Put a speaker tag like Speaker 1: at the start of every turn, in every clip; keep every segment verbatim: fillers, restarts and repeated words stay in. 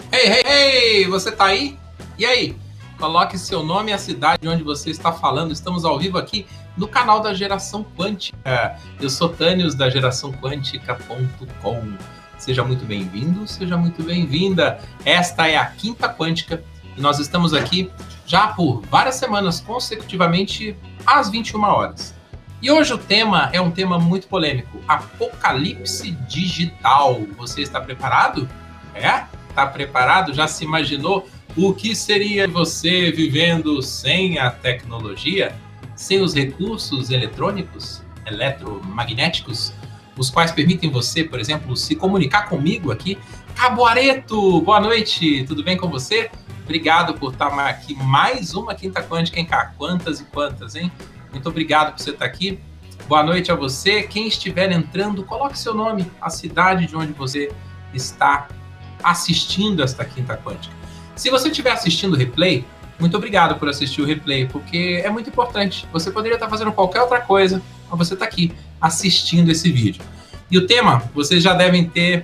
Speaker 1: Hey, hey, hey! Você tá aí? E aí? Coloque seu nome e a cidade de onde você está falando. Estamos ao vivo aqui no canal da Geração Quântica. Eu sou Tânios, da geração quântica ponto com. Seja muito bem-vindo, seja muito bem-vinda. Esta é a Quinta Quântica e nós estamos aqui já por várias semanas consecutivamente às vinte e uma horas. E hoje o tema é um tema muito polêmico: apocalipse digital. Você está preparado? É? Está preparado? Já se imaginou o que seria você vivendo sem a tecnologia? Sem os recursos eletrônicos, eletromagnéticos, os quais permitem você, por exemplo, se comunicar comigo aqui? Cabo Areto, boa noite, tudo bem com você? Obrigado por estar aqui mais uma Quinta Quântica, hein, cá? Quantas e quantas, hein? Muito obrigado por você estar aqui. Boa noite a você. Quem estiver entrando, coloque seu nome, a cidade de onde você está assistindo esta Quinta Quântica. Se você estiver assistindo o replay, muito obrigado por assistir o replay, porque é muito importante. Você poderia estar fazendo qualquer outra coisa, mas você está aqui assistindo esse vídeo. E o tema, vocês já devem ter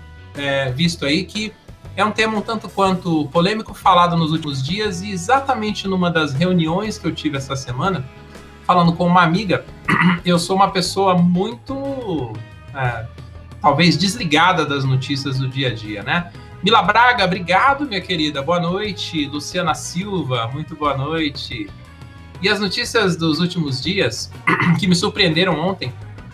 Speaker 1: é, visto aí, que é um tema um tanto quanto polêmico, falado nos últimos dias, e exatamente numa das reuniões que eu tive essa semana, falando com uma amiga, eu sou uma pessoa muito... É, talvez desligada das notícias do dia a dia, né? Mila Braga, obrigado, minha querida, boa noite. Luciana Silva, muito boa noite. E as notícias dos últimos dias, que me surpreenderam ontem,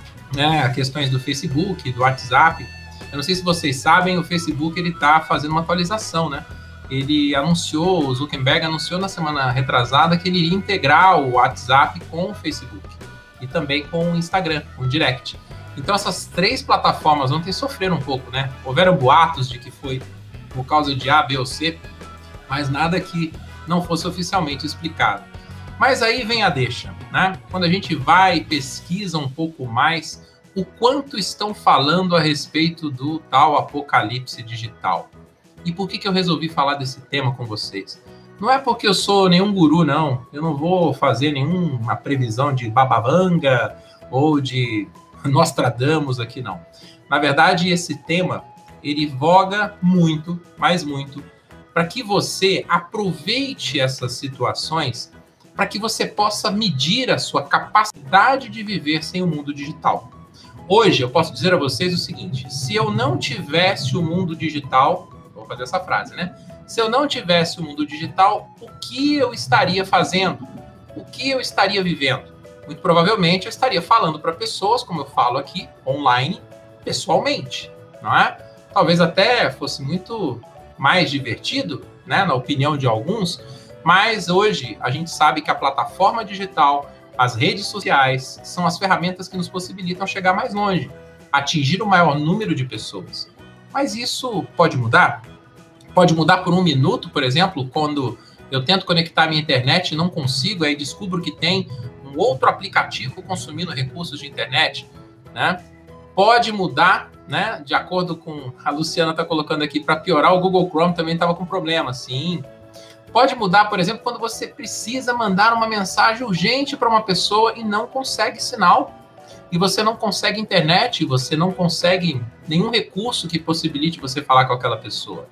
Speaker 1: né, questões do Facebook, do WhatsApp. Eu não sei se vocês sabem, o Facebook ele está fazendo uma atualização, né? Ele anunciou, o Zuckerberg anunciou na semana retrasada que ele iria integrar o WhatsApp com o Facebook e também com o Instagram, com o Direct. Então essas três plataformas ontem sofreram um pouco, né? Houveram boatos de que foi por causa de A, B ou C, mas nada que não fosse oficialmente explicado. Mas aí vem a deixa, né? Quando a gente vai e pesquisa um pouco mais, o quanto estão falando a respeito do tal apocalipse digital. E por que que eu resolvi falar desse tema com vocês? Não é porque eu sou nenhum guru, não. Eu não vou fazer nenhuma previsão de babavanga ou de Nostradamus aqui, não. Na verdade, esse tema, ele voga muito, mas muito, para que você aproveite essas situações, para que você possa medir a sua capacidade de viver sem o mundo digital. Hoje, eu posso dizer a vocês o seguinte: se eu não tivesse o mundo digital, vou fazer essa frase, né? Se eu não tivesse o mundo digital, o que eu estaria fazendo? O que eu estaria vivendo? Muito provavelmente eu estaria falando para pessoas, como eu falo aqui, online, pessoalmente, não é? Talvez até fosse muito mais divertido, né, na opinião de alguns, mas hoje a gente sabe que a plataforma digital, as redes sociais, são as ferramentas que nos possibilitam chegar mais longe, atingir o maior número de pessoas. Mas isso pode mudar? Pode mudar por um minuto, por exemplo, quando eu tento conectar a minha internet e não consigo, aí descubro que tem um outro aplicativo consumindo recursos de internet, né? Pode mudar, né? De acordo com a Luciana está colocando aqui, para piorar, o Google Chrome também estava com problema, sim. Pode mudar, por exemplo, quando você precisa mandar uma mensagem urgente para uma pessoa e não consegue sinal, e você não consegue internet, você não consegue nenhum recurso que possibilite você falar com aquela pessoa.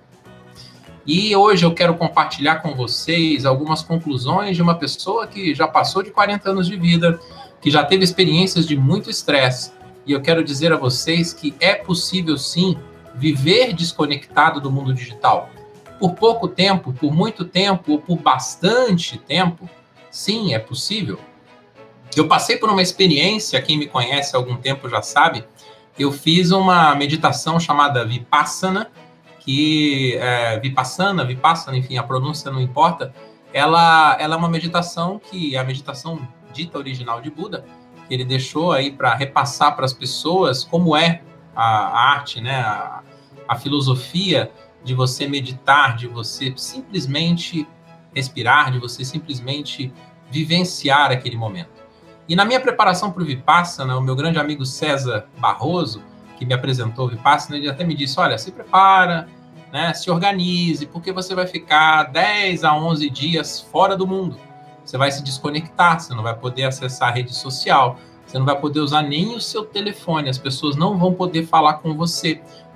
Speaker 1: E hoje eu quero compartilhar com vocês algumas conclusões de uma pessoa que já passou de quarenta anos de vida, que já teve experiências de muito estresse. E eu quero dizer a vocês que é possível, sim, viver desconectado do mundo digital. Por pouco tempo, por muito tempo, ou por bastante tempo, sim, é possível. Eu passei por uma experiência, quem me conhece há algum tempo já sabe, eu fiz uma meditação chamada Vipassana, que é, Vipassana, Vipassana, enfim, a pronúncia não importa, ela, ela é uma meditação que é a meditação dita original de Buda, que ele deixou aí para repassar para as pessoas como é a, a arte, né, a, a filosofia de você meditar, de você simplesmente respirar, de você simplesmente vivenciar aquele momento. E na minha preparação para o Vipassana, o meu grande amigo César Barroso, que me apresentou o Vipassana, ele até me disse: olha, se prepara, né, se organize, porque você vai ficar dez a onze dias fora do mundo. Você vai se desconectar, você não vai poder acessar a rede social, você não vai poder usar nem o seu telefone, as pessoas não vão poder falar com você,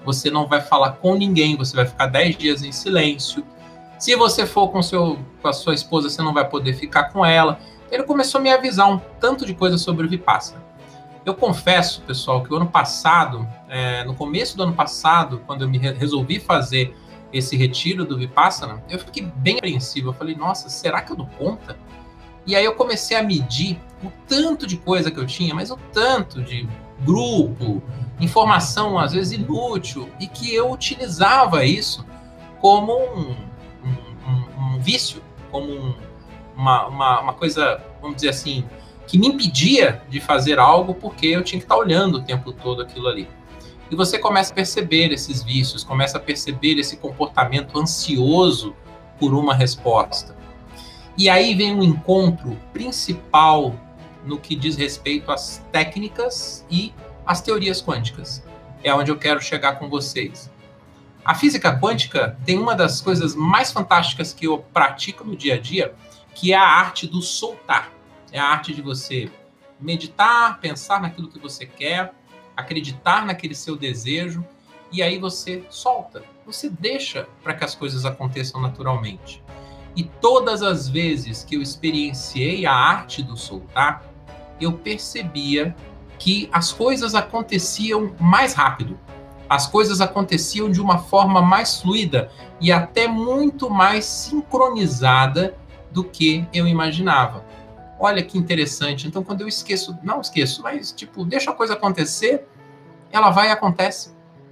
Speaker 1: você não vai falar com ninguém, você vai ficar dez dias em silêncio. Se você for com, seu, com a sua esposa, você não vai poder ficar com ela. Ele começou a me avisar um tanto de coisa sobre o Vipassana. Eu confesso, pessoal, que o ano passado, é, no começo do ano passado, quando eu me re- resolvi fazer esse retiro do Vipassana, eu fiquei bem apreensivo. Eu falei, nossa, será que eu dou conta? E aí eu comecei a medir o tanto de coisa que eu tinha, mas o tanto de grupo, informação às vezes inútil, e que eu utilizava isso como um, um, um, um vício, como um, uma, uma, uma coisa, vamos dizer assim, que me impedia de fazer algo porque eu tinha que estar olhando o tempo todo aquilo ali. E você começa a perceber esses vícios, começa a perceber esse comportamento ansioso por uma resposta. E aí vem um encontro principal no que diz respeito às técnicas e às teorias quânticas. É onde eu quero chegar com vocês. A física quântica tem uma das coisas mais fantásticas que eu pratico no dia a dia, que é a arte do soltar. É a arte de você meditar, pensar naquilo que você quer, acreditar naquele seu desejo, e aí você solta. Você deixa para que as coisas aconteçam naturalmente. E todas as vezes que eu experienciei a arte do soltar, eu percebia que as coisas aconteciam mais rápido. As coisas aconteciam de uma forma mais fluida e até muito mais sincronizada do que eu imaginava. Olha que interessante. Então, quando eu esqueço, não esqueço, mas tipo, deixa a coisa acontecer, ela vai e acontece.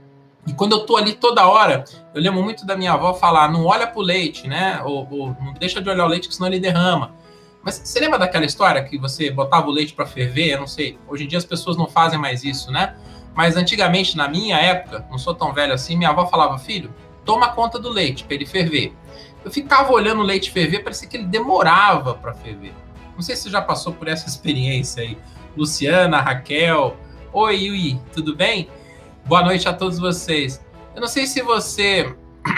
Speaker 1: E quando eu tô ali toda hora, eu lembro muito da minha avó falar, não olha pro leite, né? Ou, ou não deixa de olhar o leite, que senão ele derrama. Mas você lembra daquela história que você botava o leite para ferver? Eu não sei, hoje em dia as pessoas não fazem mais isso, né? Mas antigamente, na minha época, não sou tão velho assim, minha avó falava, filho, toma conta do leite para ele ferver. Eu ficava olhando o leite ferver, parecia que ele demorava para ferver. Não sei se você já passou por essa experiência aí. Luciana, Raquel, oi, Yui, tudo bem? Boa noite a todos vocês. Eu não sei se você...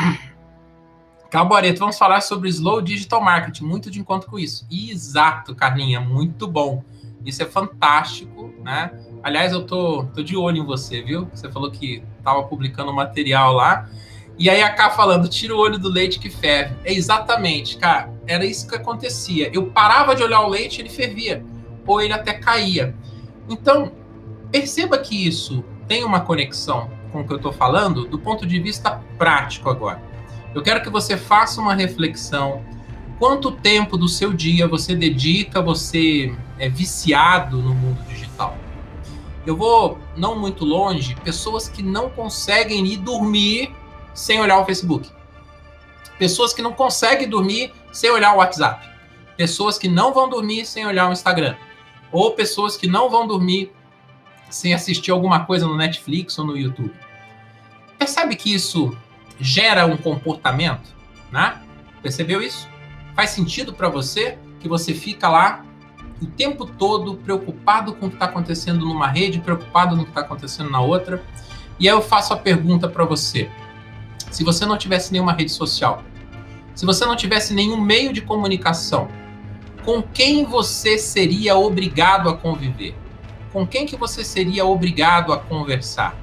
Speaker 1: Calboreto, vamos falar sobre Slow Digital Marketing, muito de encontro com isso. Exato, Carlinha, muito bom. Isso é fantástico, né? Aliás, eu tô, tô de olho em você, viu? Você falou que estava publicando material lá. E aí a Cá falando, tira o olho do leite que ferve. É exatamente, cara, era isso que acontecia. Eu parava de olhar o leite, ele fervia. Ou ele até caía. Então, perceba que isso tem uma conexão com o que eu estou falando do ponto de vista prático agora. Eu quero que você faça uma reflexão. Quanto tempo do seu dia você dedica, você é viciado no mundo digital? Eu vou, não muito longe, pessoas que não conseguem ir dormir sem olhar o Facebook. Pessoas que não conseguem dormir sem olhar o WhatsApp. Pessoas que não vão dormir sem olhar o Instagram. Ou pessoas que não vão dormir sem assistir alguma coisa no Netflix ou no YouTube. Percebe que isso gera um comportamento, né? Percebeu isso? Faz sentido para você que você fica lá o tempo todo preocupado com o que está acontecendo numa rede, preocupado no que está acontecendo na outra? E aí eu faço a pergunta para você. Se você não tivesse nenhuma rede social, se você não tivesse nenhum meio de comunicação, com quem você seria obrigado a conviver? Com quem que você seria obrigado a conversar?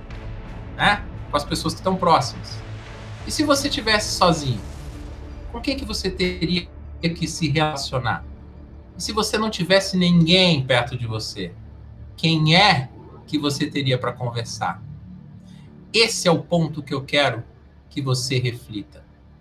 Speaker 1: Né? Com as pessoas que estão próximas. E se você estivesse sozinho? Com quem que você teria que se relacionar? E se você não tivesse ninguém perto de você? Quem é que você teria para conversar? Esse é o ponto que eu quero que você reflita.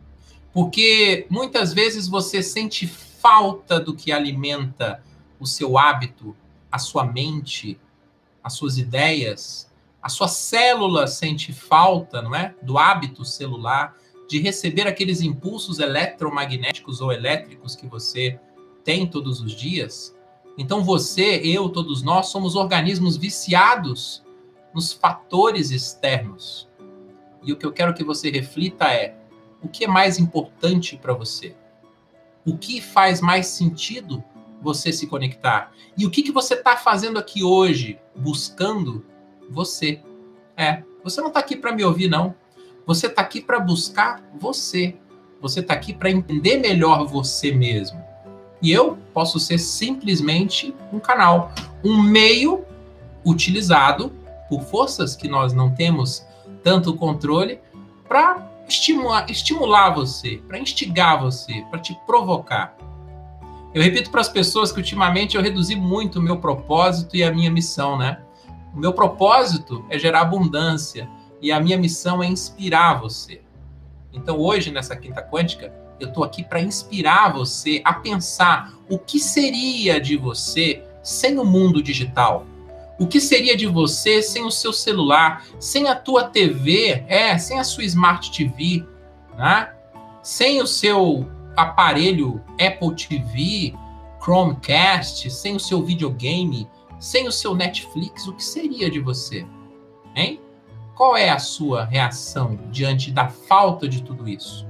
Speaker 1: Porque muitas vezes você sente falta do que alimenta o seu hábito, a sua mente, as suas ideias. A sua célula sente falta, não é? Do hábito celular, de receber aqueles impulsos eletromagnéticos ou elétricos que você tem todos os dias. Então você, eu, todos nós, somos organismos viciados nos fatores externos. E o que eu quero que você reflita é, o que é mais importante para você? O que faz mais sentido você se conectar? E o que, que você está fazendo aqui hoje, buscando você? É, você não está aqui para me ouvir, não. Você está aqui para buscar você. Você está aqui para entender melhor você mesmo. E eu posso ser simplesmente um canal, um meio utilizado por forças que nós não temos tanto controle, para estimular, estimular você, para instigar você, para te provocar. Eu repito para as pessoas que ultimamente eu reduzi muito o meu propósito e a minha missão, né? O meu propósito é gerar abundância e a minha missão é inspirar você. Então hoje, nessa Quinta Quântica, eu estou aqui para inspirar você a pensar o que seria de você sem o mundo digital. O que seria de você sem o seu celular, sem a tua T V, é, sem a sua Smart T V, né? Sem o seu aparelho Apple T V, Chromecast, sem o seu videogame, sem o seu Netflix, o que seria de você? Hein? Qual é a sua reação diante da falta de tudo isso?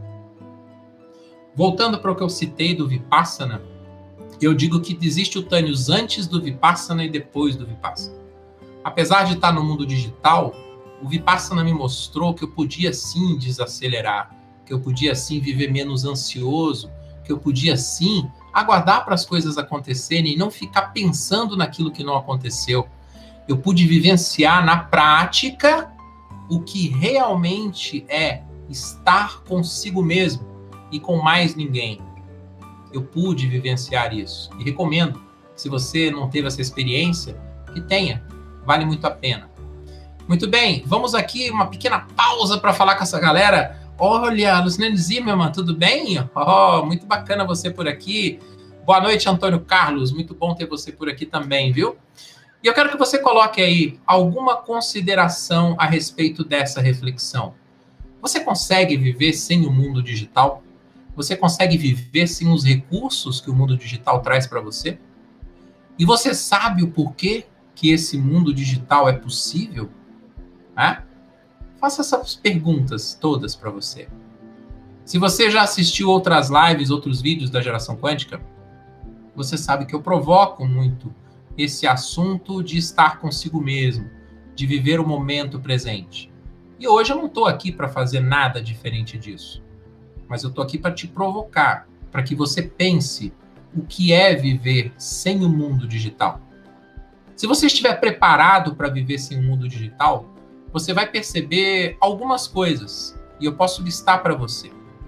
Speaker 1: Voltando para o que eu citei do Vipassana, eu digo que existe o Tânios antes do Vipassana e depois do Vipassana. Apesar de estar no mundo digital, o Vipassana me mostrou que eu podia sim desacelerar, que eu podia sim viver menos ansioso, que eu podia sim aguardar para as coisas acontecerem e não ficar pensando naquilo que não aconteceu. Eu pude vivenciar na prática o que realmente é estar consigo mesmo e com mais ninguém. Eu pude vivenciar isso e recomendo, se você não teve essa experiência, que tenha, vale muito a pena. Muito bem, vamos aqui uma pequena pausa para falar com essa galera. Olha, Luciane Zimmermann, tudo bem? Oh, muito bacana você por aqui. Boa noite, Antônio Carlos, muito bom ter você por aqui também, viu? E eu quero que você coloque aí alguma consideração a respeito dessa reflexão. Você consegue viver sem o mundo digital? Você consegue viver sem os recursos que o mundo digital traz para você? E você sabe o porquê que esse mundo digital é possível? É? Faça essas perguntas todas para você. Se você já assistiu outras lives, outros vídeos da Geração Quântica, você sabe que eu provoco muito esse assunto de estar consigo mesmo, de viver o momento presente. E hoje eu não estou aqui para fazer nada diferente disso. Mas eu estou aqui para te provocar, para que você pense o que é viver sem o mundo digital. Se você estiver preparado para viver sem o mundo digital, você vai perceber algumas coisas, e eu posso listar para você.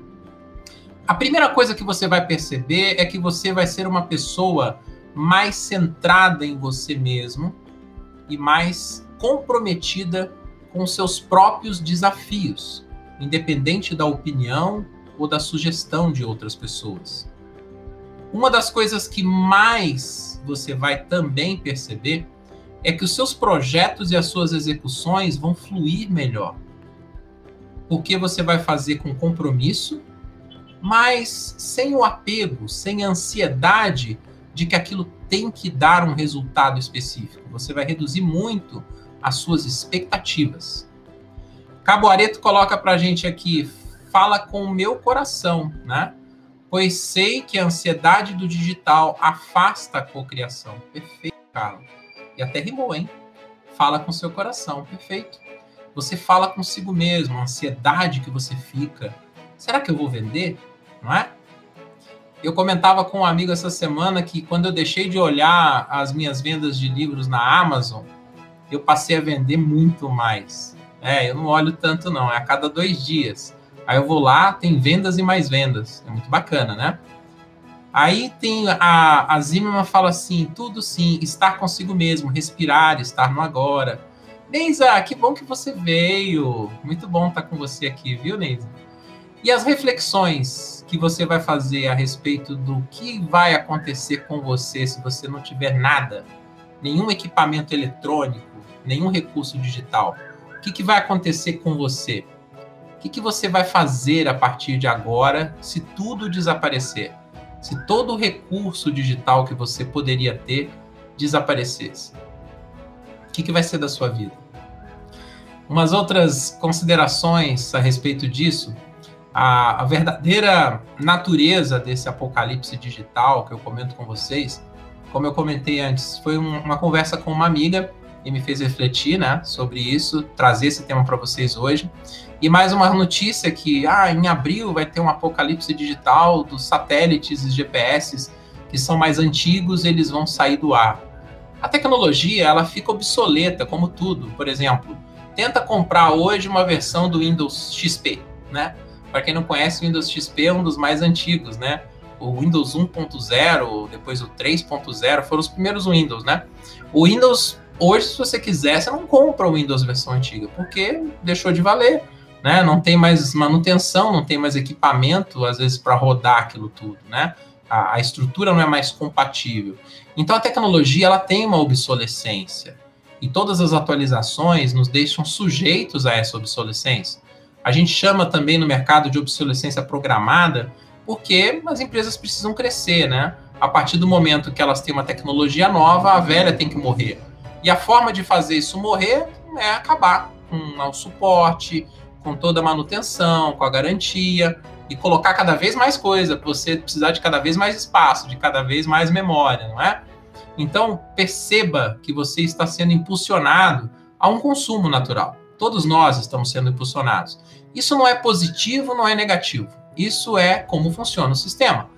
Speaker 1: A primeira coisa que você vai perceber é que você vai ser uma pessoa mais centrada em você mesmo e mais comprometida com seus próprios desafios, independente da opinião ou da sugestão de outras pessoas. Uma das coisas que mais você vai também perceber é que os seus projetos e as suas execuções vão fluir melhor. Porque você vai fazer com compromisso, mas sem o apego, sem a ansiedade de que aquilo tem que dar um resultado específico. Você vai reduzir muito as suas expectativas. Cabo Areto coloca pra gente aqui, fala com o meu coração, né? Pois sei que a ansiedade do digital afasta a cocriação. Perfeito, Carlos. E até rimou, hein? Fala com seu coração, perfeito. Você fala consigo mesmo, a ansiedade que você fica. Será que eu vou vender? Não é? Eu comentava com um amigo essa semana que quando eu deixei de olhar as minhas vendas de livros na Amazon, eu passei a vender muito mais. É, eu não olho tanto não, é a cada dois dias. Aí eu vou lá, tem vendas e mais vendas. É muito bacana, né? Aí tem a, a Zimmermann fala assim, tudo sim, estar consigo mesmo, respirar, estar no agora. Neisa, que bom que você veio. Muito bom estar com você aqui, viu, Neisa? E as reflexões que você vai fazer a respeito do que vai acontecer com você se você não tiver nada, nenhum equipamento eletrônico, nenhum recurso digital. O que, que vai acontecer com você? O que, que você vai fazer a partir de agora se tudo desaparecer? Se todo o recurso digital que você poderia ter desaparecesse? O que, que vai ser da sua vida? Umas outras considerações a respeito disso, a, a verdadeira natureza desse apocalipse digital que eu comento com vocês, como eu comentei antes, foi um, uma conversa com uma amiga e me fez refletir, né, sobre isso, trazer esse tema para vocês hoje. E mais uma notícia que ah, em abril vai ter um apocalipse digital dos satélites e G P S que são mais antigos, eles vão sair do ar. A tecnologia ela fica obsoleta, como tudo. Por exemplo, tenta comprar hoje uma versão do Windows X P, né? Para quem não conhece, o Windows X P é um dos mais antigos, né? O Windows um ponto zero, depois o três ponto zero, foram os primeiros Windows, né? O Windows, hoje, se você quiser, você não compra o Windows versão antiga, porque deixou de valer, né? Não tem mais manutenção, não tem mais equipamento, às vezes, para rodar aquilo tudo, né? A, a estrutura não é mais compatível. Então, a tecnologia, ela tem uma obsolescência. E todas as atualizações nos deixam sujeitos a essa obsolescência. A gente chama também no mercado de obsolescência programada, porque as empresas precisam crescer, né? A partir do momento que elas têm uma tecnologia nova, a velha tem que morrer. E a forma de fazer isso morrer é acabar com o suporte, com toda a manutenção, com a garantia, e colocar cada vez mais coisa, para você precisar de cada vez mais espaço, de cada vez mais memória, não é? Então, perceba que você está sendo impulsionado a um consumo natural. Todos nós estamos sendo impulsionados. Isso não é positivo, não é negativo. Isso é como funciona o sistema.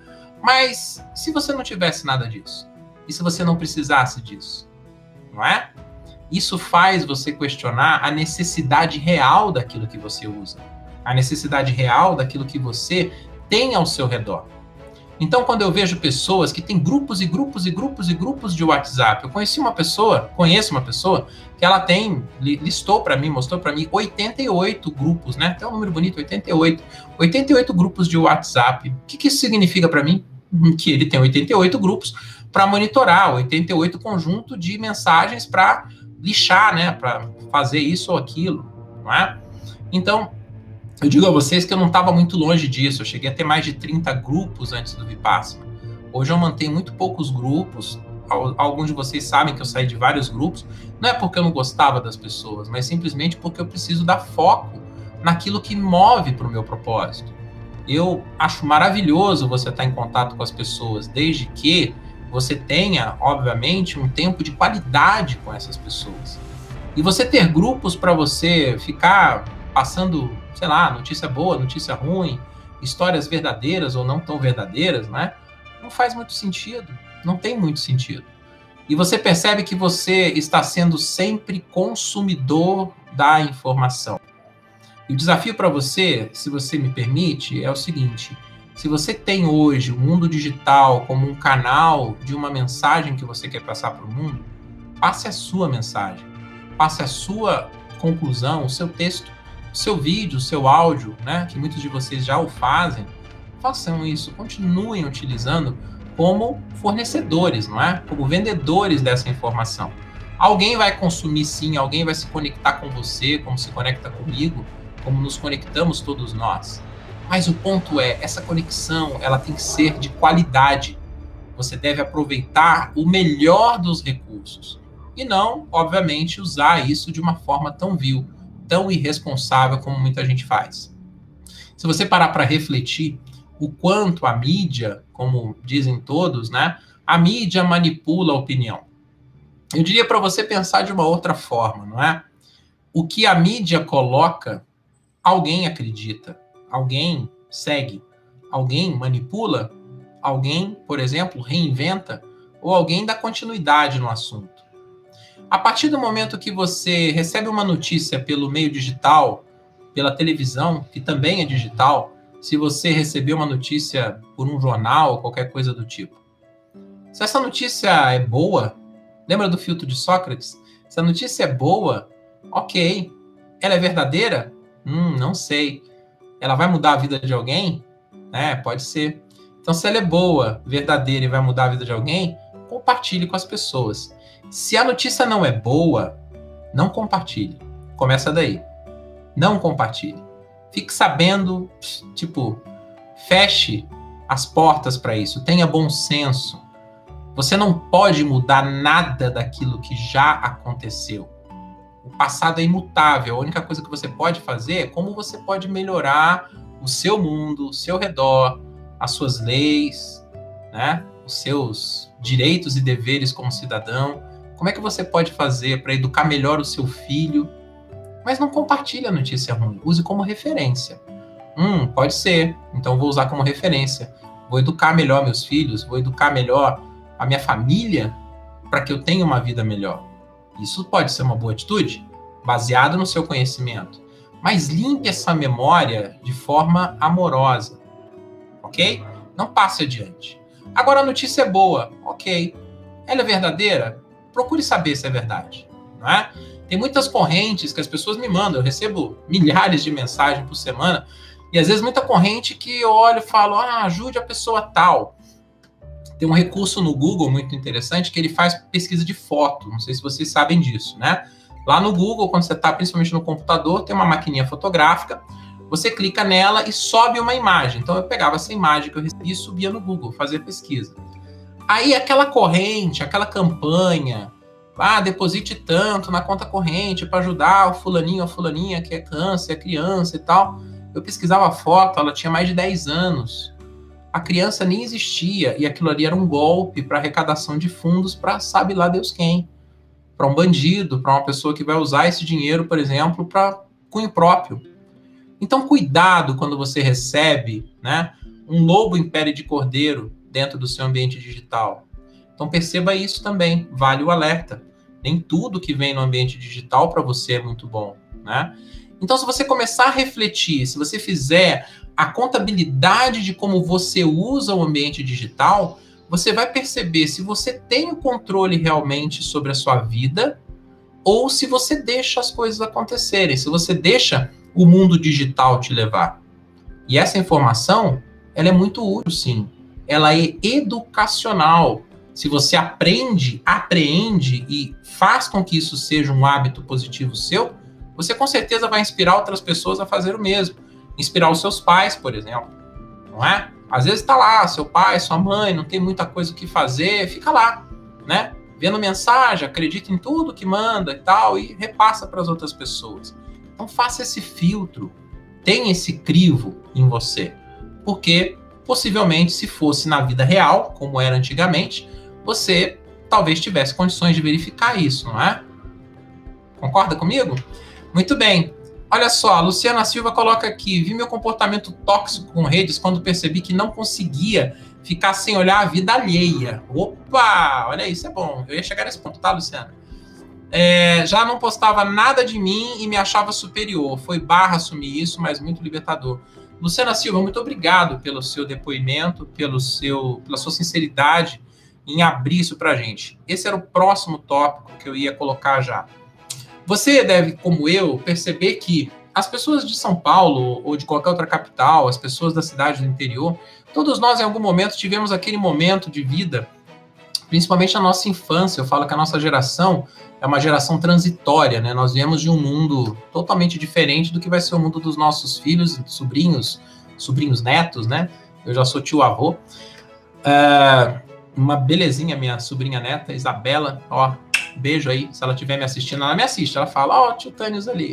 Speaker 1: Mas se você não tivesse nada disso? E se você não precisasse disso? Não é? Isso faz você questionar a necessidade real daquilo que você usa. A necessidade real daquilo que você tem ao seu redor. Então, quando eu vejo pessoas que têm grupos e grupos e grupos e grupos de WhatsApp, eu conheci uma pessoa, conheço uma pessoa, que ela tem, listou para mim, mostrou para mim, oitenta e oito grupos, né? Tem um número bonito, oitenta e oito. oitenta e oito grupos de WhatsApp. O que, que isso significa para mim? Que ele tem oitenta e oito grupos para monitorar, oitenta e oito conjuntos de mensagens para lixar, né? Para fazer isso ou aquilo, não é? Então, eu digo a vocês que eu não estava muito longe disso. Eu cheguei a ter mais de trinta grupos antes do Vipassana. Hoje eu mantenho muito poucos grupos. Alguns de vocês sabem que eu saí de vários grupos. Não é porque eu não gostava das pessoas, mas simplesmente porque eu preciso dar foco naquilo que move para o meu propósito. Eu acho maravilhoso você estar em contato com as pessoas, desde que você tenha, obviamente, um tempo de qualidade com essas pessoas. E você ter grupos para você ficar passando, sei lá, notícia boa, notícia ruim, histórias verdadeiras ou não tão verdadeiras, né? Não faz muito sentido, não tem muito sentido. E você percebe que você está sendo sempre consumidor da informação. E o desafio para você, se você me permite, é o seguinte: se você tem hoje o mundo digital como um canal de uma mensagem que você quer passar para o mundo, passe a sua mensagem, passe a sua conclusão, o seu texto, o seu vídeo, o seu áudio, né, que muitos de vocês já o fazem. Façam isso, continuem utilizando como fornecedores, não é? Como vendedores dessa informação. Alguém vai consumir sim, alguém vai se conectar com você, como se conecta comigo, como nos conectamos todos nós. Mas o ponto é, essa conexão, ela tem que ser de qualidade. Você deve aproveitar o melhor dos recursos. E não, obviamente, usar isso de uma forma tão vil, tão irresponsável como muita gente faz. Se você parar para refletir o quanto a mídia, como dizem todos, né, a mídia manipula a opinião. Eu diria para você pensar de uma outra forma, não é? O que a mídia coloca, alguém acredita, alguém segue, alguém manipula, alguém, por exemplo, reinventa, ou alguém dá continuidade no assunto. A partir do momento que você recebe uma notícia pelo meio digital, pela televisão, que também é digital, se você receber uma notícia por um jornal ou qualquer coisa do tipo, se essa notícia é boa, lembra do filtro de Sócrates? Se a notícia é boa, ok. Ela é verdadeira? Hum, não sei. Ela vai mudar a vida de alguém? É, pode ser. Então, se ela é boa, verdadeira e vai mudar a vida de alguém, compartilhe com as pessoas. Se a notícia não é boa, não compartilhe. Começa daí. Não compartilhe. Fique sabendo, tipo, feche as portas para isso. Tenha bom senso. Você não pode mudar nada daquilo que já aconteceu. O passado é imutável. A única coisa que você pode fazer é como você pode melhorar o seu mundo, o seu redor, as suas leis, né? Os seus direitos e deveres como cidadão. Como é que você pode fazer para educar melhor o seu filho? Mas não compartilhe a notícia ruim. Use como referência. Hum, pode ser. Então vou usar como referência. Vou educar melhor meus filhos, vou educar melhor a minha família para que eu tenha uma vida melhor. Isso pode ser uma boa atitude? baseado no seu conhecimento. Mas limpe essa memória de forma amorosa, ok? Não passe adiante. Agora a notícia é boa, ok. Ela é verdadeira? Procure saber se é verdade, não é? Tem muitas correntes que as pessoas me mandam, eu recebo milhares de mensagens por semana, e às vezes muita corrente que eu olho e falo, ah, ajude a pessoa tal. Tem um recurso no Google muito interessante que ele faz pesquisa de foto, não sei se vocês sabem disso, né? Lá no Google, quando você está principalmente no computador, tem uma maquininha fotográfica, você clica nela e sobe uma imagem. Então eu pegava essa imagem que eu recebi e subia no Google, fazia pesquisa. Aí aquela corrente, aquela campanha, ah, deposite tanto na conta corrente para ajudar o fulaninho ou a fulaninha que é câncer, é criança e tal. Eu pesquisava a foto, ela tinha mais de dez anos. A criança nem existia e aquilo ali era um golpe para arrecadação de fundos para sabe lá Deus quem. Para um bandido, para uma pessoa que vai usar esse dinheiro, por exemplo, para cunho próprio. Então, cuidado quando você recebe, né, um lobo em pele de cordeiro dentro do seu ambiente digital. Então, perceba isso também, vale o alerta. Nem tudo que vem no ambiente digital para você é muito bom, né? Então, se você começar a refletir, se você fizer a contabilidade de como você usa o ambiente digital, você vai perceber se você tem o controle realmente sobre a sua vida ou se você deixa as coisas acontecerem, se você deixa o mundo digital te levar. E essa informação, ela é muito útil, sim. Ela é educacional. Se você aprende, apreende e faz com que isso seja um hábito positivo seu, você com certeza vai inspirar outras pessoas a fazer o mesmo. Inspirar os seus pais, por exemplo. Não é? Às vezes está lá, seu pai, sua mãe, não tem muita coisa o que fazer, fica lá, né? Vendo mensagem, acredita em tudo que manda e tal, e repassa para as outras pessoas. Então faça esse filtro, tenha esse crivo em você. Porque, possivelmente, se fosse na vida real, como era antigamente, você talvez tivesse condições de verificar isso, não é? Concorda comigo? Muito bem. Olha só, a Luciana Silva coloca aqui, vi meu comportamento tóxico com redes quando percebi que não conseguia ficar sem olhar a vida alheia. Opa, olha isso, é bom. Eu ia chegar nesse ponto, tá, Luciana? É, já não postava nada de mim e me achava superior. Foi barra assumir isso, mas muito libertador. Luciana Silva, muito obrigado pelo seu depoimento, pelo seu, pela sua sinceridade em abrir isso pra gente. Esse era o próximo tópico que eu ia colocar já. Você deve, como eu, perceber que as pessoas de São Paulo ou de qualquer outra capital, as pessoas da cidade do interior, todos nós em algum momento tivemos aquele momento de vida, principalmente na nossa infância. Eu falo que a nossa geração é uma geração transitória, né? Nós viemos de um mundo totalmente diferente do que vai ser o mundo dos nossos filhos, sobrinhos, sobrinhos netos, né? Eu já sou tio-avô. É, uma belezinha, minha sobrinha neta, Isabela, ó, beijo aí, se ela estiver me assistindo, ela me assiste, ela fala, ó, oh, tio Tânios ali.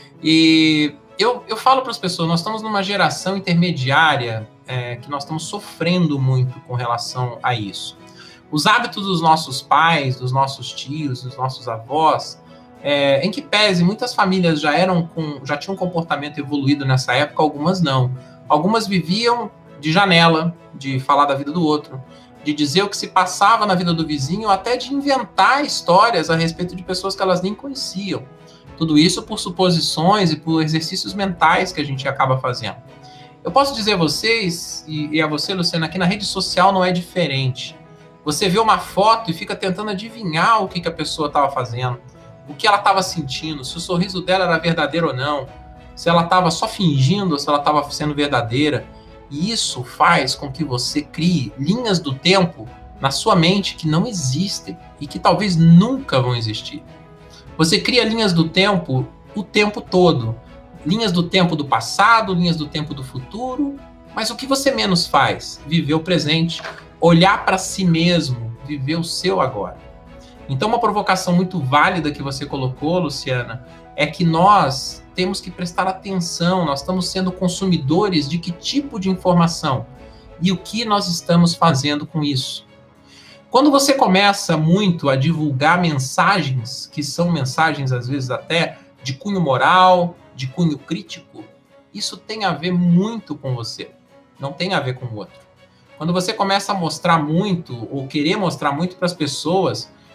Speaker 1: E eu, eu falo para as pessoas, nós estamos numa geração intermediária é, que nós estamos sofrendo muito com relação a isso. Os hábitos dos nossos pais, dos nossos tios, dos nossos avós, é, em que pese, muitas famílias já, eram com, já tinham um comportamento evoluído nessa época, algumas não. Algumas viviam de janela, de falar da vida do outro, de dizer o que se passava na vida do vizinho, até de inventar histórias a respeito de pessoas que elas nem conheciam. Tudo isso por suposições e por exercícios mentais que a gente acaba fazendo. Eu posso dizer a vocês, e, e a você, Luciana, que na rede social não é diferente. Você vê uma foto e fica tentando adivinhar o que, que a pessoa estava fazendo, o que ela estava sentindo, se o sorriso dela era verdadeiro ou não, se ela estava só fingindo ou se ela estava sendo verdadeira. E isso faz com que você crie linhas do tempo na sua mente que não existem e que talvez nunca vão existir. Você cria linhas do tempo o tempo todo. Linhas do tempo do passado, linhas do tempo do futuro. Mas o que você menos faz? Viver o presente, olhar para si mesmo, viver o seu agora. Então, uma provocação muito válida que você colocou, Luciana, é que nós temos que prestar atenção, nós estamos sendo consumidores de que tipo de informação e o que nós estamos fazendo com isso. Quando você começa muito a divulgar mensagens, que são mensagens às vezes até de cunho moral, de cunho crítico, isso tem a ver muito com você, não tem a ver com o outro. Quando você começa a mostrar muito, ou querer mostrar muito para as pessoas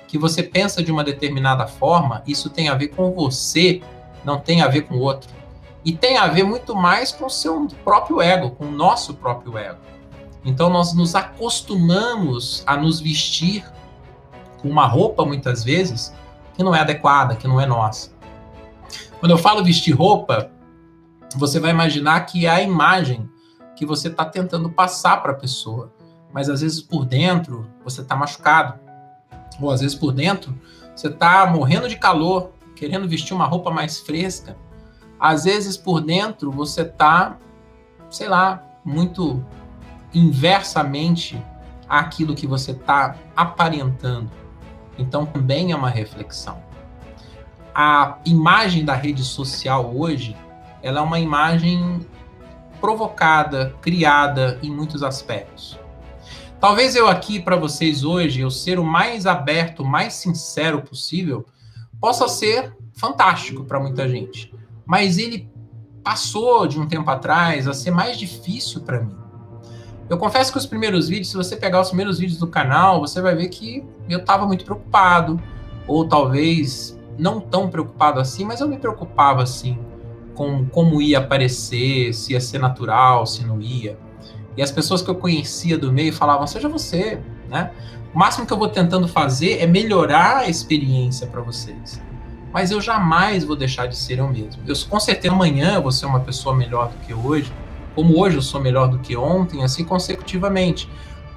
Speaker 1: que você pensa de uma determinada forma, isso tem a ver com você, não tem a ver com o outro. E tem a ver muito mais com o seu próprio ego, com o nosso próprio ego. Então nós nos acostumamos a nos vestir com uma roupa, muitas vezes, que não é adequada, que não é nossa. Quando eu falo vestir roupa, você vai imaginar que é a imagem que você está tentando passar para a pessoa. Mas às vezes por dentro você está machucado. Ou às vezes por dentro você está morrendo de calor, querendo vestir uma roupa mais fresca. Às vezes por dentro você está, sei lá, muito inversamente àquilo que você está aparentando. Então também é uma reflexão. A imagem da rede social hoje, ela é uma imagem provocada, criada em muitos aspectos. Talvez eu aqui para vocês hoje, eu ser o mais aberto, o mais sincero possível, possa ser fantástico para muita gente. Mas ele passou de um tempo atrás a ser mais difícil para mim. Eu confesso que os primeiros vídeos, se você pegar os primeiros vídeos do canal, você vai ver que eu estava muito preocupado, ou talvez não tão preocupado assim, mas eu me preocupava assim, com como ia aparecer, se ia ser natural, se não ia. E as pessoas que eu conhecia do meio falavam, seja você, né? O máximo que eu vou tentando fazer é melhorar a experiência para vocês. Mas eu jamais vou deixar de ser eu mesmo. Eu, com certeza, amanhã eu vou ser uma pessoa melhor do que hoje, como hoje eu sou melhor do que ontem, assim consecutivamente.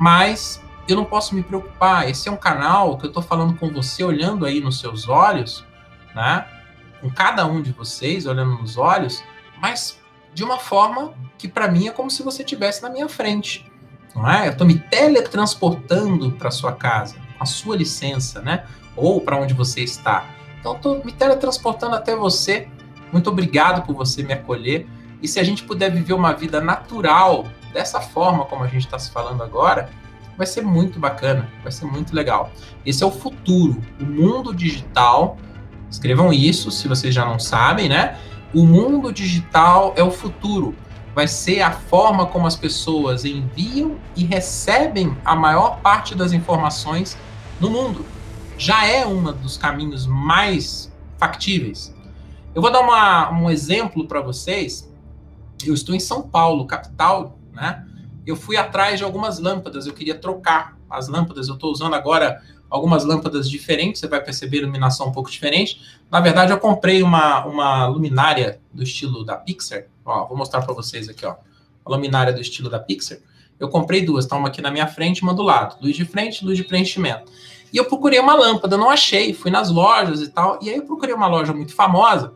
Speaker 1: Mas eu não posso me preocupar. Esse é um canal que eu estou falando com você, olhando aí nos seus olhos, né? Com cada um de vocês, olhando nos olhos, mas de uma forma que para mim é como se você estivesse na minha frente. Não é? Eu estou me teletransportando para sua casa, com a sua licença, né? Ou para onde você está. Então, estou me teletransportando até você. Muito obrigado por você me acolher. E se a gente puder viver uma vida natural, dessa forma como a gente está se falando agora, vai ser muito bacana, vai ser muito legal. Esse é o futuro, o mundo digital. Escrevam isso, se vocês já não sabem, né? O mundo digital é o futuro. Vai ser a forma como as pessoas enviam e recebem a maior parte das informações no mundo. Já é um dos caminhos mais factíveis. Eu vou dar uma, um exemplo para vocês. Eu estou em São Paulo, capital, né? Eu fui atrás de algumas lâmpadas, eu queria trocar as lâmpadas. Eu estou usando agora algumas lâmpadas diferentes, você vai perceber a iluminação um pouco diferente. Na verdade, eu comprei uma, uma luminária do estilo da Pixar. Ó, vou mostrar para vocês aqui, ó. A luminária do estilo da Pixar. Eu comprei duas, tá uma aqui na minha frente e uma do lado. Luz de frente, luz de preenchimento. E eu procurei uma lâmpada, não achei. Fui nas lojas e tal. E aí eu procurei uma loja muito famosa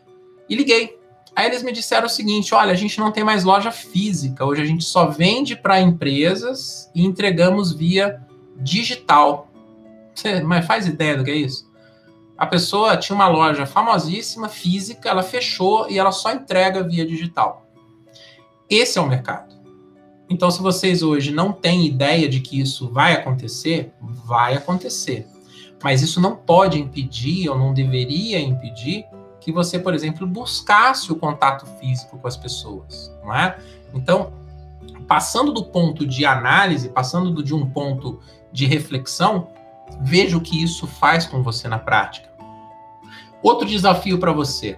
Speaker 1: e liguei. Aí eles me disseram o seguinte, olha, a gente não tem mais loja física. Hoje a gente só vende para empresas e entregamos via digital. Você mas faz ideia do que é isso? A pessoa tinha uma loja famosíssima, física, ela fechou e ela só entrega via digital. Esse é o mercado. Então, se vocês hoje não têm ideia de que isso vai acontecer, vai acontecer. Mas isso não pode impedir, ou não deveria impedir, que você, por exemplo, buscasse o contato físico com as pessoas, não é? Então, passando do ponto de análise, passando de um ponto de reflexão, veja o que isso faz com você na prática. Outro desafio para você.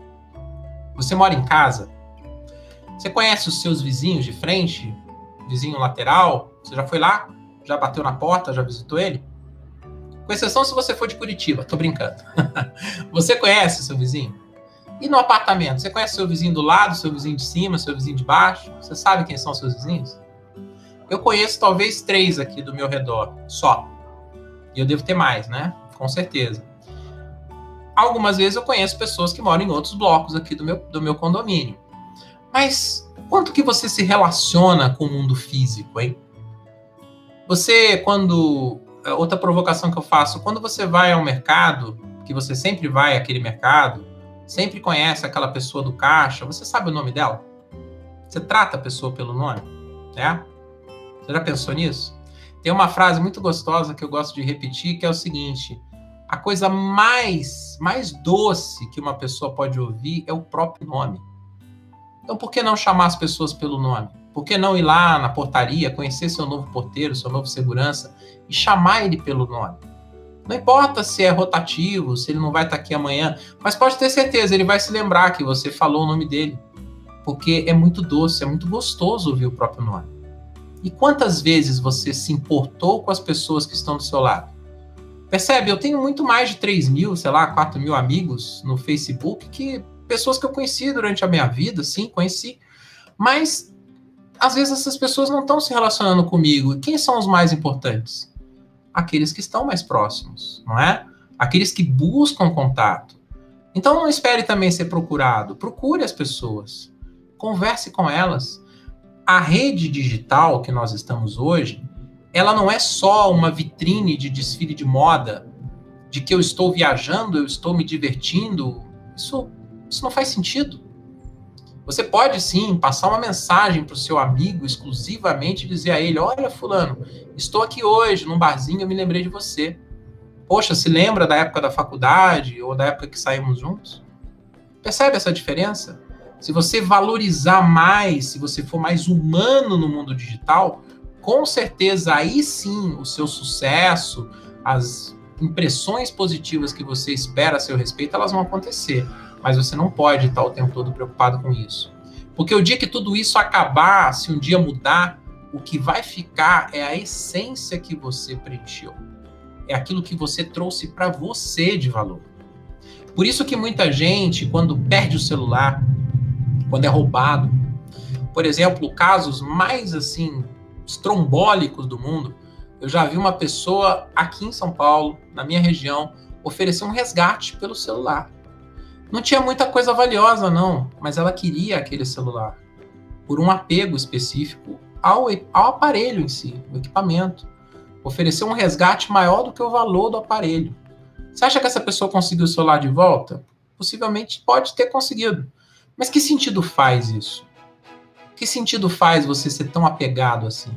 Speaker 1: Você mora em casa? Você conhece os seus vizinhos de frente? Vizinho lateral? Você já foi lá? Já bateu na porta? Já visitou ele? Com exceção se você for de Curitiba, tô brincando. Você conhece o seu vizinho? E no apartamento? Você conhece o seu vizinho do lado, seu vizinho de cima, seu vizinho de baixo? Você sabe quem são os seus vizinhos? Eu conheço talvez três aqui do meu redor, só. E eu devo ter mais, né? Com certeza. Algumas vezes eu conheço pessoas que moram em outros blocos aqui do meu, do meu condomínio. Mas quanto que você se relaciona com o mundo físico, hein? Você, quando... Outra provocação que eu faço, quando você vai ao mercado, que você sempre vai àquele mercado, sempre conhece aquela pessoa do caixa, você sabe o nome dela? Você trata a pessoa pelo nome? É? Você já pensou nisso? Tem uma frase muito gostosa que eu gosto de repetir, que é o seguinte: a coisa mais, mais doce que uma pessoa pode ouvir é o próprio nome. Então, por que não chamar as pessoas pelo nome? Por que não ir lá na portaria, conhecer seu novo porteiro, seu novo segurança e chamar ele pelo nome? Não importa se é rotativo, se ele não vai estar aqui amanhã, mas pode ter certeza, ele vai se lembrar que você falou o nome dele. Porque é muito doce, é muito gostoso ouvir o próprio nome. E quantas vezes você se importou com as pessoas que estão do seu lado? Percebe? Eu tenho muito mais de três mil, sei lá, quatro mil amigos no Facebook, que pessoas que eu conheci durante a minha vida, sim, conheci. Mas, às vezes, essas pessoas não estão se relacionando comigo. E quem são os mais importantes? Aqueles que estão mais próximos, não é? Aqueles que buscam contato. Então, não espere também ser procurado. Procure as pessoas. Converse com elas. A rede digital que nós estamos hoje, ela não é só uma vitrine de desfile de moda, de que eu estou viajando, eu estou me divertindo. Isso, isso não faz sentido. Você pode, sim, passar uma mensagem para o seu amigo exclusivamente e dizer a ele, olha, fulano, estou aqui hoje num barzinho, eu me lembrei de você. Poxa, se lembra da época da faculdade ou da época que saímos juntos? Percebe essa diferença? Se você valorizar mais, se você for mais humano no mundo digital, com certeza aí sim o seu sucesso, as impressões positivas que você espera a seu respeito, elas vão acontecer. Mas você não pode estar o tempo todo preocupado com isso. Porque o dia que tudo isso acabar, se um dia mudar, o que vai ficar é a essência que você preencheu. É aquilo que você trouxe para você de valor. Por isso que muita gente, quando perde o celular, quando é roubado, por exemplo, casos mais assim estrombólicos do mundo, eu já vi uma pessoa aqui em São Paulo, na minha região, oferecer um resgate pelo celular. Não tinha muita coisa valiosa, não, mas ela queria aquele celular por um apego específico ao, ao aparelho em si, o equipamento. Ofereceu um resgate maior do que o valor do aparelho. Você acha que essa pessoa conseguiu o celular de volta? Possivelmente pode ter conseguido. Mas que sentido faz isso? Que sentido faz você ser tão apegado assim?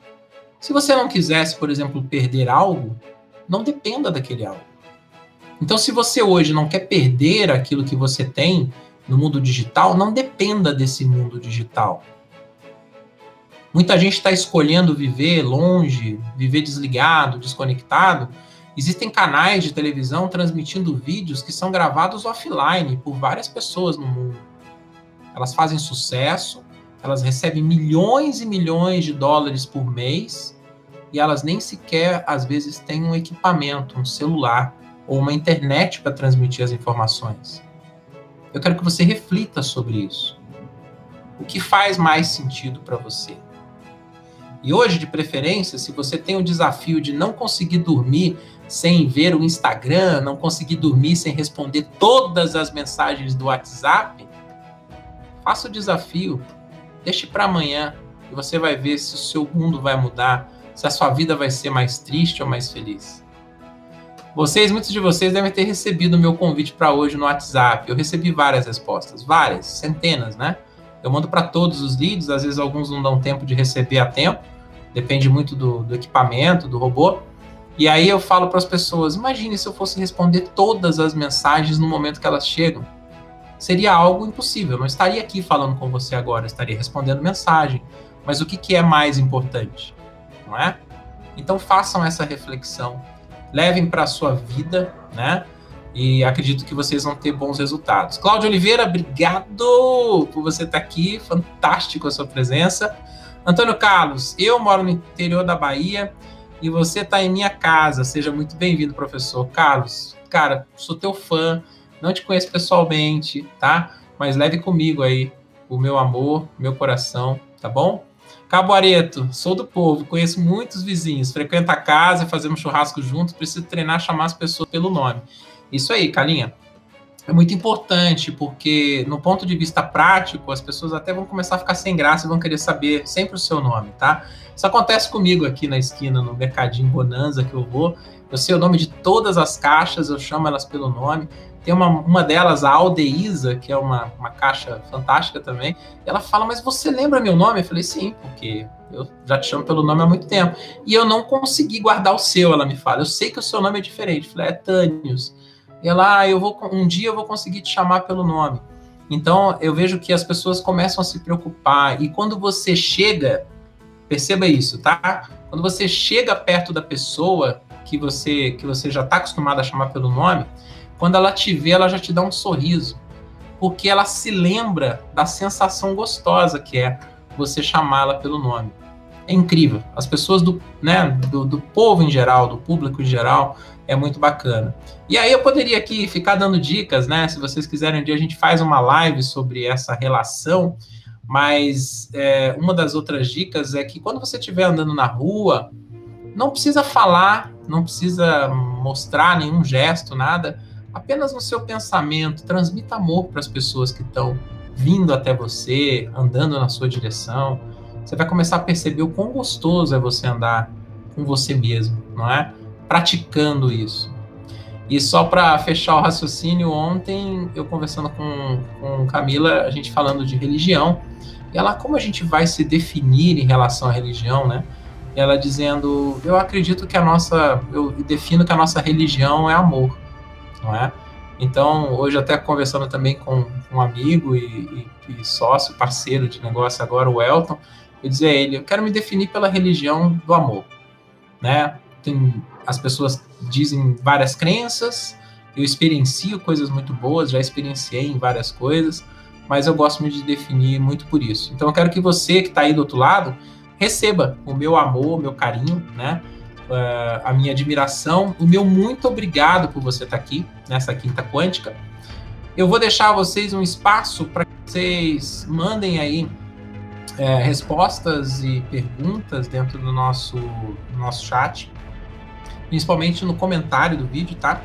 Speaker 1: Se você não quisesse, por exemplo, perder algo, não dependa daquele algo. Então, se você hoje não quer perder aquilo que você tem no mundo digital, não dependa desse mundo digital. Muita gente está escolhendo viver longe, viver desligado, desconectado. Existem canais de televisão transmitindo vídeos que são gravados offline por várias pessoas no mundo. Elas fazem sucesso, elas recebem milhões e milhões de dólares por mês e elas nem sequer, às vezes, têm um equipamento, um celular ou uma internet para transmitir as informações. Eu quero que você reflita sobre isso. O que faz mais sentido para você? E hoje, de preferência, se você tem o desafio de não conseguir dormir sem ver o Instagram, não conseguir dormir sem responder todas as mensagens do WhatsApp, faça o desafio, deixe para amanhã e você vai ver se o seu mundo vai mudar, se a sua vida vai ser mais triste ou mais feliz. Vocês, muitos de vocês devem ter recebido o meu convite para hoje no WhatsApp. Eu recebi várias respostas, várias, centenas, né? Eu mando para todos os leads, às vezes alguns não dão tempo de receber a tempo, depende muito do, do equipamento, do robô. E aí eu falo para as pessoas, imagine se eu fosse responder todas as mensagens no momento que elas chegam. Seria algo impossível, eu não estaria aqui falando com você agora, eu estaria respondendo mensagem. Mas o que, que é mais importante? Não é? Então façam essa reflexão, levem para a sua vida, né? E acredito que vocês vão ter bons resultados. Cláudio Oliveira, obrigado por você estar aqui, fantástico a sua presença. Antônio Carlos, eu moro no interior da Bahia e você está em minha casa, seja muito bem-vindo, professor. Carlos, cara, sou teu fã, não te conheço pessoalmente, tá? Mas leve comigo aí o meu amor, meu coração, tá bom? Cabo Areto, sou do povo, conheço muitos vizinhos, frequento a casa, fazemos churrasco juntos, preciso treinar, chamar as pessoas pelo nome. Isso aí, Calinha. É muito importante, porque no ponto de vista prático, as pessoas até vão começar a ficar sem graça e vão querer saber sempre o seu nome, tá? Isso acontece comigo aqui na esquina, no Mercadinho Bonanza que eu vou. Eu sei o nome de todas as caixas, eu chamo elas pelo nome. Tem uma, uma delas, a Aldeísa, que é uma, uma caixa fantástica também. Ela fala, mas você lembra meu nome? Eu falei, sim, porque eu já te chamo pelo nome há muito tempo. E eu não consegui guardar o seu, ela me fala. Eu sei que o seu nome é diferente. Eu falei, é Tânios. E ela, ah, eu vou, um dia eu vou conseguir te chamar pelo nome. Então, eu vejo que as pessoas começam a se preocupar. E quando você chega, perceba isso, tá? Quando você chega perto da pessoa, que você, que você já está acostumado a chamar pelo nome, quando ela te vê, ela já te dá um sorriso, porque ela se lembra da sensação gostosa que é você chamá-la pelo nome. É incrível. As pessoas do, né, do, do povo em geral, do público em geral, é muito bacana. E aí eu poderia aqui ficar dando dicas, né? Se vocês quiserem, um dia a gente faz uma live sobre essa relação, mas é, uma das outras dicas é que quando você estiver andando na rua, não precisa falar, não precisa mostrar nenhum gesto, nada, apenas no seu pensamento, transmita amor para as pessoas que estão vindo até você, andando na sua direção. Você vai começar a perceber o quão gostoso é você andar com você mesmo, não é? Praticando isso. E só para fechar o raciocínio, ontem eu conversando com, com Camila, a gente falando de religião, e ela, como a gente vai se definir em relação à religião, né? Ela dizendo, eu acredito que a nossa, eu defino que a nossa religião é amor, não é? Então, hoje até conversando também com um amigo e, e, e sócio, parceiro de negócio agora, o Elton, eu dizia a ele, eu quero me definir pela religião do amor, né? Tem, as pessoas dizem várias crenças, eu experiencio coisas muito boas, já experienciei em várias coisas, mas eu gosto de definir muito por isso. Então eu quero que você que está aí do outro lado, receba o meu amor, o meu carinho, né? Uh, a minha admiração, o meu muito obrigado por você estar aqui nessa Quinta Quântica. Eu vou deixar a vocês um espaço para que vocês mandem aí É, respostas e perguntas dentro do nosso, do nosso chat, principalmente no comentário do vídeo, tá?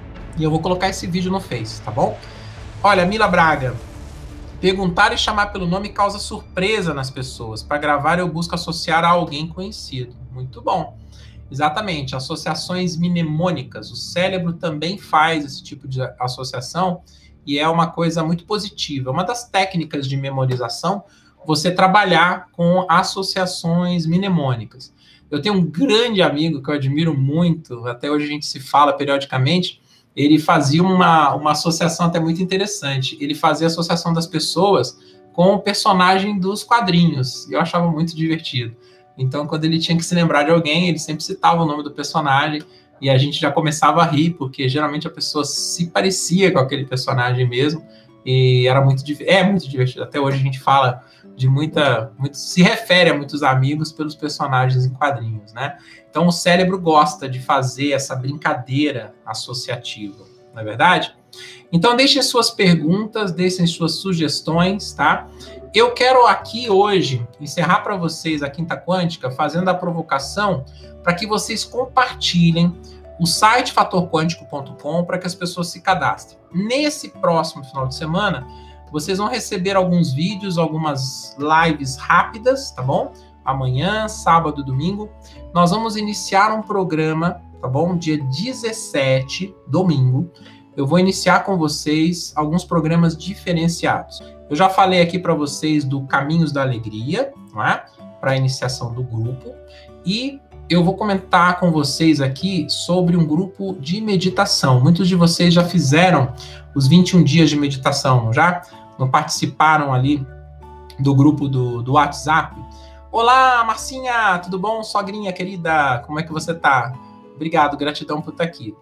Speaker 1: E eu vou colocar esse vídeo no Face, tá bom? Olha, Mila Braga, perguntar e chamar pelo nome causa surpresa nas pessoas. Para gravar eu busco associar a alguém conhecido. Muito bom. Exatamente, associações mnemônicas. O cérebro também faz esse tipo de associação e é uma coisa muito positiva. Uma das técnicas de memorização, você trabalhar com associações mnemônicas. Eu tenho um grande amigo que eu admiro muito, até hoje a gente se fala periodicamente, ele fazia uma, uma associação até muito interessante. Ele fazia a associação das pessoas com o personagem dos quadrinhos, e eu achava muito divertido. Então, quando ele tinha que se lembrar de alguém, ele sempre citava o nome do personagem, e a gente já começava a rir, porque geralmente a pessoa se parecia com aquele personagem mesmo, e era muito, é muito divertido. Até hoje a gente fala de muita, muito, se refere a muitos amigos pelos personagens em quadrinhos, né? Então o cérebro gosta de fazer essa brincadeira associativa, não é verdade? Então deixem suas perguntas, deixem suas sugestões, tá? Eu quero aqui hoje encerrar para vocês a Quinta Quântica fazendo a provocação para que vocês compartilhem o site fator quântico ponto com para que as pessoas se cadastrem. Nesse próximo final de semana, vocês vão receber alguns vídeos, algumas lives rápidas, tá bom? Amanhã, sábado e domingo. Nós vamos iniciar um programa, tá bom? Dia dezessete, domingo. Eu vou iniciar com vocês alguns programas diferenciados. Eu já falei aqui para vocês do Caminhos da Alegria, não é? Para a iniciação do grupo. E eu vou comentar com vocês aqui sobre um grupo de meditação. Muitos de vocês já fizeram os vinte e um dias de meditação, não já? Não participaram ali do grupo do, do WhatsApp? Olá, Marcinha, tudo bom? Sogrinha querida, como é que você tá? Obrigado, gratidão por estar aqui.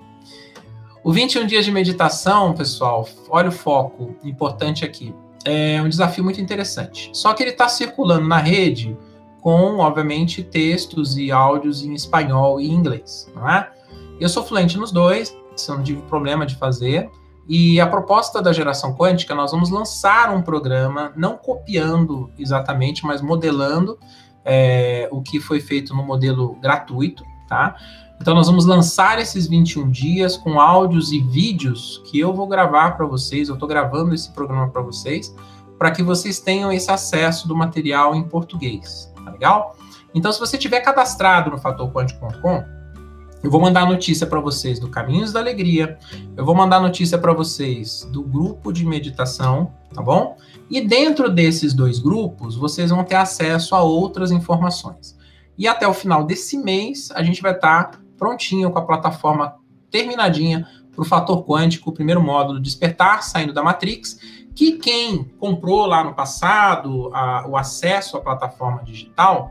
Speaker 1: O vinte e um dias de meditação, pessoal, olha o foco importante aqui. É um desafio muito interessante. Só que ele está circulando na rede com, obviamente, textos e áudios em espanhol e inglês, não é? Eu sou fluente nos dois, eu não tive problema de fazer. E a proposta da Geração Quântica, nós vamos lançar um programa, não copiando exatamente, mas modelando é, o que foi feito no modelo gratuito, tá? Então nós vamos lançar esses vinte e um dias com áudios e vídeos que eu vou gravar para vocês, eu estou gravando esse programa para vocês, para que vocês tenham esse acesso do material em português, tá legal? Então se você tiver cadastrado no fator quântico ponto com, eu vou mandar notícia para vocês do Caminhos da Alegria, eu vou mandar notícia para vocês do grupo de meditação, tá bom? E dentro desses dois grupos, vocês vão ter acesso a outras informações. E até o final desse mês, a gente vai estar prontinho com a plataforma terminadinha para o Fator Quântico, o primeiro módulo, Despertar, Saindo da Matrix, que quem comprou lá no passado a, o acesso à plataforma digital,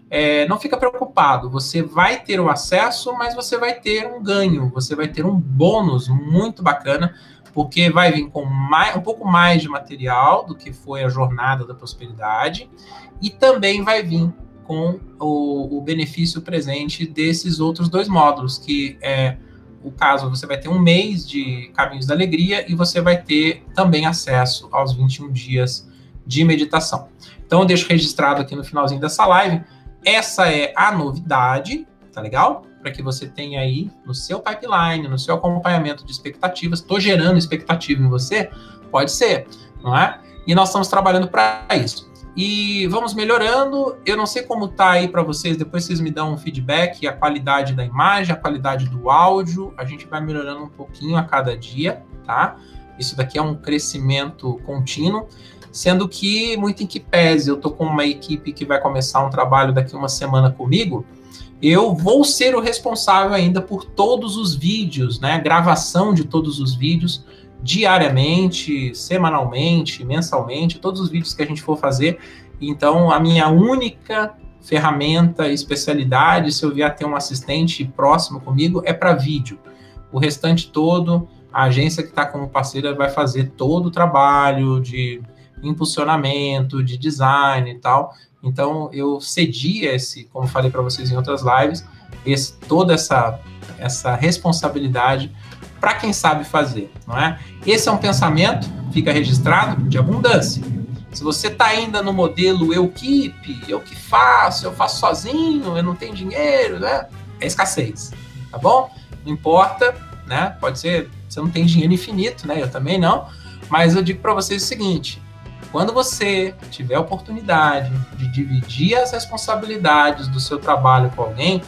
Speaker 1: é, não fica preocupado, você vai ter o acesso, mas você vai ter um ganho, você vai ter um bônus muito bacana, porque vai vir com mais, um pouco mais de material do que foi a Jornada da Prosperidade, e também vai vir com o, o benefício presente desses outros dois módulos, que é o caso, você vai ter um mês de Caminhos da Alegria e você vai ter também acesso aos vinte e um dias de meditação. Então eu deixo registrado aqui no finalzinho dessa live, essa é a novidade, tá legal? Para que você tenha aí no seu pipeline, no seu acompanhamento de expectativas. Estou gerando expectativa em você? Pode ser, não é? E nós estamos trabalhando para isso. E vamos melhorando. Eu não sei como tá aí para vocês, depois vocês me dão um feedback, a qualidade da imagem, a qualidade do áudio. A gente vai melhorando um pouquinho a cada dia, tá? Isso daqui é um crescimento contínuo, sendo que, muito em que pese, eu tô com uma equipe que vai começar um trabalho daqui uma semana comigo, eu vou ser o responsável ainda por todos os vídeos, né? Gravação de todos os vídeos, diariamente, semanalmente, mensalmente, todos os vídeos que a gente for fazer. Então, a minha única ferramenta, especialidade, se eu vier ter um assistente próximo comigo, é para vídeo. O restante todo, a agência que está como parceira vai fazer todo o trabalho de impulsionamento, de design e tal. Então, eu cedi esse, como falei para vocês em outras lives, esse, toda essa, essa responsabilidade para quem sabe fazer, não é? Esse é um pensamento, fica registrado, de abundância. Se você está ainda no modelo eu keep, eu que faço, eu faço sozinho, eu não tenho dinheiro, né? É escassez, tá bom? Não importa, né? Pode ser, você não tem dinheiro infinito, né? Eu também não. Mas eu digo para vocês o seguinte, quando você tiver a oportunidade de dividir as responsabilidades do seu trabalho com alguém,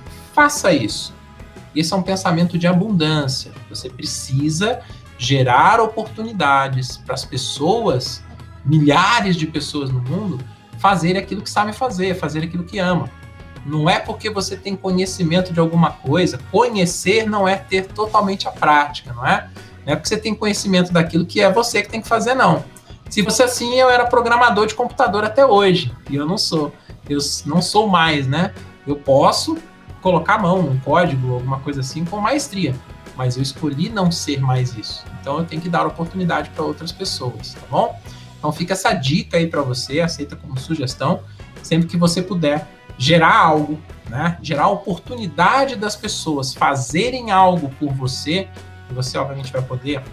Speaker 1: faça isso. Esse é um pensamento de abundância. Você precisa gerar oportunidades para as pessoas, milhares de pessoas no mundo, fazer aquilo que sabem fazer, fazer aquilo que amam. Não é porque você tem conhecimento de alguma coisa, conhecer não é ter totalmente a prática, não é? Não é porque você tem conhecimento daquilo que é você que tem que fazer, não. Se fosse assim, eu era programador de computador até hoje, e eu não sou. Eu não sou mais, né? Eu posso colocar a mão num código, alguma coisa assim, com maestria, mas eu escolhi não ser mais isso. Então eu tenho que dar oportunidade para outras pessoas, tá bom? Então fica essa dica aí para você, aceita como sugestão, sempre que você puder gerar algo, né? Gerar a oportunidade das pessoas fazerem algo por você, e você obviamente vai poder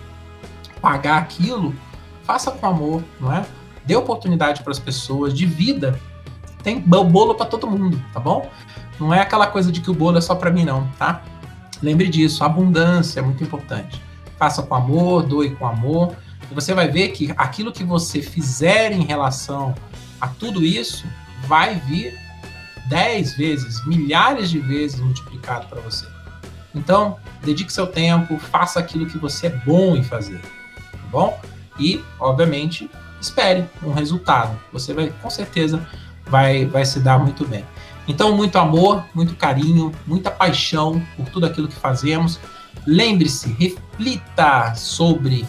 Speaker 1: pagar aquilo, faça com amor, não é? Dê oportunidade para as pessoas, de vida. Tem bolo para todo mundo, tá bom? Não é aquela coisa de que o bolo é só para mim, não, tá? Lembre disso, a abundância é muito importante. Faça com amor, doe com amor, e você vai ver que aquilo que você fizer em relação a tudo isso vai vir dez vezes, milhares de vezes multiplicado para você. Então, dedique seu tempo, faça aquilo que você é bom em fazer, tá bom? E, obviamente, espere um resultado. Você vai, com certeza, vai, vai se dar muito bem. Então, muito amor, muito carinho, muita paixão por tudo aquilo que fazemos. Lembre-se, reflita sobre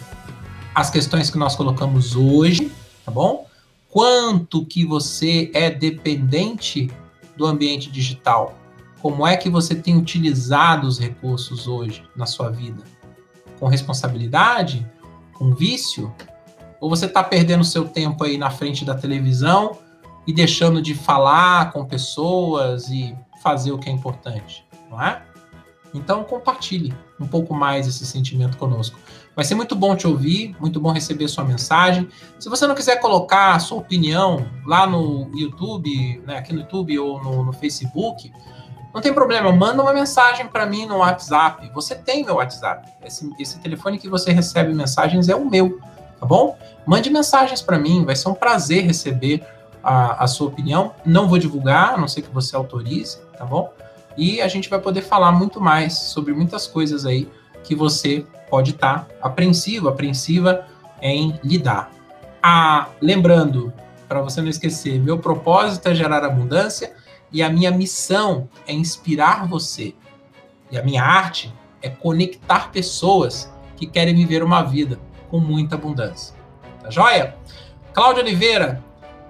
Speaker 1: as questões que nós colocamos hoje, tá bom? Quanto que você é dependente do ambiente digital? Como é que você tem utilizado os recursos hoje na sua vida? Com responsabilidade? Com vício? Ou você está perdendo seu tempo aí na frente da televisão e deixando de falar com pessoas e fazer o que é importante, não é? Então compartilhe um pouco mais esse sentimento conosco. Vai ser muito bom te ouvir, muito bom receber sua mensagem. Se você não quiser colocar a sua opinião lá no YouTube, né, aqui no YouTube ou no, no Facebook, não tem problema, manda uma mensagem para mim no WhatsApp. Você tem meu WhatsApp. Esse, esse telefone que você recebe mensagens é o meu, tá bom? Mande mensagens para mim, vai ser um prazer receber a, a sua opinião. Não vou divulgar, a não ser que você autorize, tá bom? E a gente vai poder falar muito mais sobre muitas coisas aí que você pode estar tá apreensivo, apreensiva em lidar. Ah, lembrando, para você não esquecer, meu propósito é gerar abundância e a minha missão é inspirar você. E a minha arte é conectar pessoas que querem viver uma vida com muita abundância. Tá joia? Cláudio Oliveira,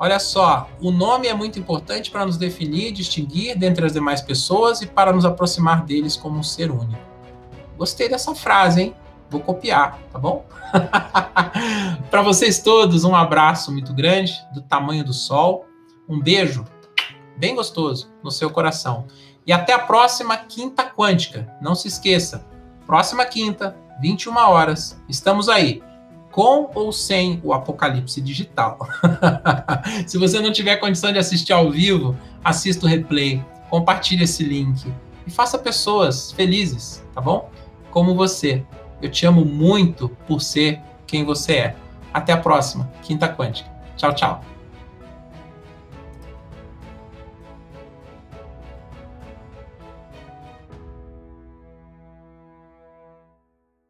Speaker 1: Olha só, o nome é muito importante para nos definir, distinguir dentre as demais pessoas e para nos aproximar deles como um ser único. Gostei dessa frase, hein? Vou copiar, tá bom? Para vocês todos, um abraço muito grande, do tamanho do sol. Um beijo bem gostoso no seu coração. E até a próxima Quinta Quântica. Não se esqueça, próxima quinta, vinte e uma horas, estamos aí. Com ou sem o Apocalipse Digital. Se você não tiver condição de assistir ao vivo, assista o replay, compartilhe esse link e faça pessoas felizes, tá bom? Como você. Eu te amo muito por ser quem você é. Até a próxima, Quinta Quântica. Tchau, tchau.